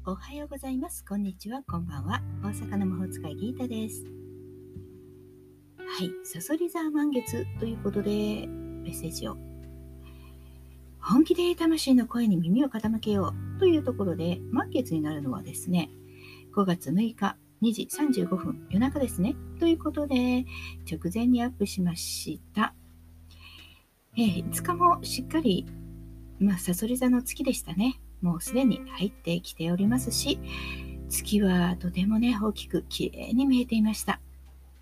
おはようございます。こんにちは。こんばんは。大阪の魔法使いギータです。はい。さそり座満月ということで、メッセージを。本気で魂の声に耳を傾けようというところで、満月になるのはですね、5月6日2時35分、夜中ですね。ということで、直前にアップしました。5日もしっかり、さそり座の月でしたね。もうすでに入ってきておりますし、月はとてもね、大きく綺麗に見えていました。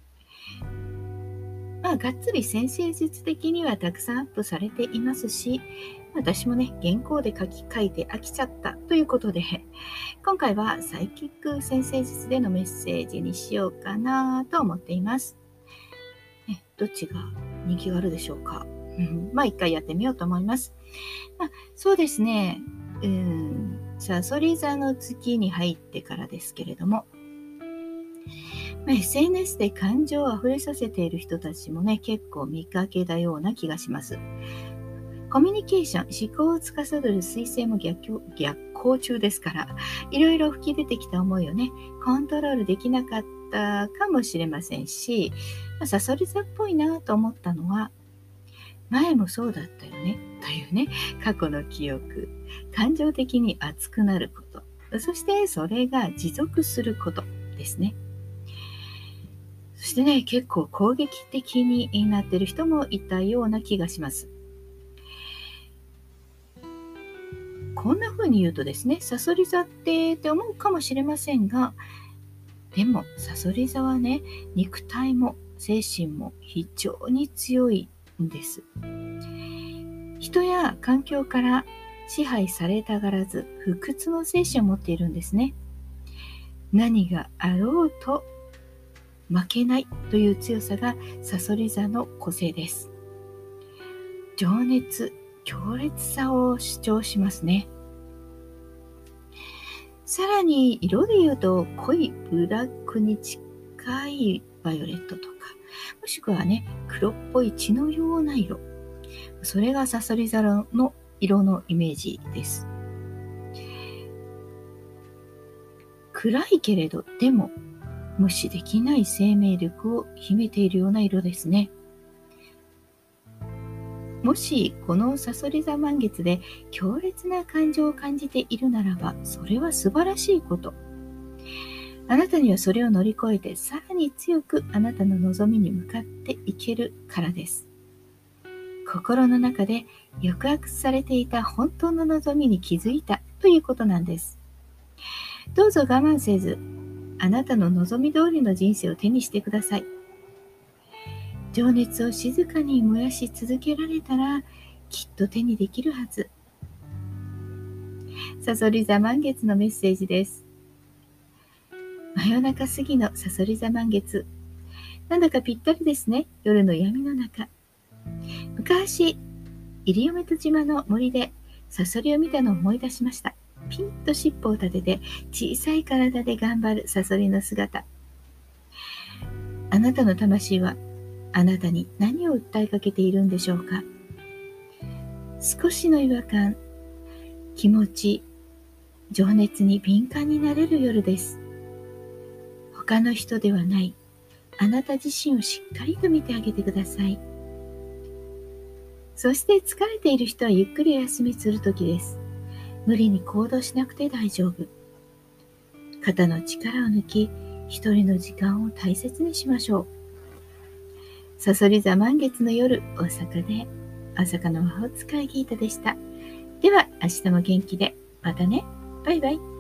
がっつり先生術的にはたくさんアップされていますし、私もね、原稿で書いて飽きちゃったということで、今回はサイキック先生術でのメッセージにしようかなと思っています。どっちが人気があるでしょうか。一回やってみようと思います。そうですね。さそり座の月に入ってからですけれども、SNS で感情をあふれさせている人たちもね、結構見かけたような気がします。コミュニケーション、思考を司る彗星も逆行中ですから、いろいろ吹き出てきた思いをね、コントロールできなかったかもしれませんし、さそり座っぽいなと思ったのは、前もそうだったよねというね、過去の記憶、感情的に熱くなること、そしてそれが持続することですね。そしてね、結構攻撃的になっている人もいたような気がします。こんな風に言うとですね、さそり座って思うかもしれませんが、でもさそり座はね、肉体も精神も非常に強いんです。人や環境から支配されたがらず、不屈の精神を持っているんですね。何があろうと負けないという強さがさそり座の個性です。情熱、強烈さを主張しますね。さらに色で言うと濃いブラックに近いバイオレットとか、もしくはね、黒っぽい血のような色。それがさそり座の色のイメージです。暗いけれど、でも無視できない生命力を秘めているような色ですね。もしこのさそり座満月で強烈な感情を感じているならば、それは素晴らしいこと。あなたにはそれを乗り越えて、さらに強くあなたの望みに向かっていけるからです。心の中で抑圧されていた本当の望みに気づいたということなんです。どうぞ我慢せず、あなたの望み通りの人生を手にしてください。情熱を静かに燃やし続けられたら、きっと手にできるはず。さそり座満月のメッセージです。真夜中過ぎのさそり座満月。なんだかぴったりですね。夜の闇の中。昔、西表島の森でサソリを見たのを思い出しました。ピンと尻尾を立てて小さい体で頑張るサソリの姿。あなたの魂はあなたに何を訴えかけているんでしょうか。少しの違和感、気持ち、情熱に敏感になれる夜です。他の人ではないあなた自身をしっかりと見てあげてください。そして疲れている人はゆっくりお休みする時です。無理に行動しなくて大丈夫。肩の力を抜き、一人の時間を大切にしましょう。さそり座満月の夜、大阪の魔法使いギータでした。では、明日も元気で。またね。バイバイ。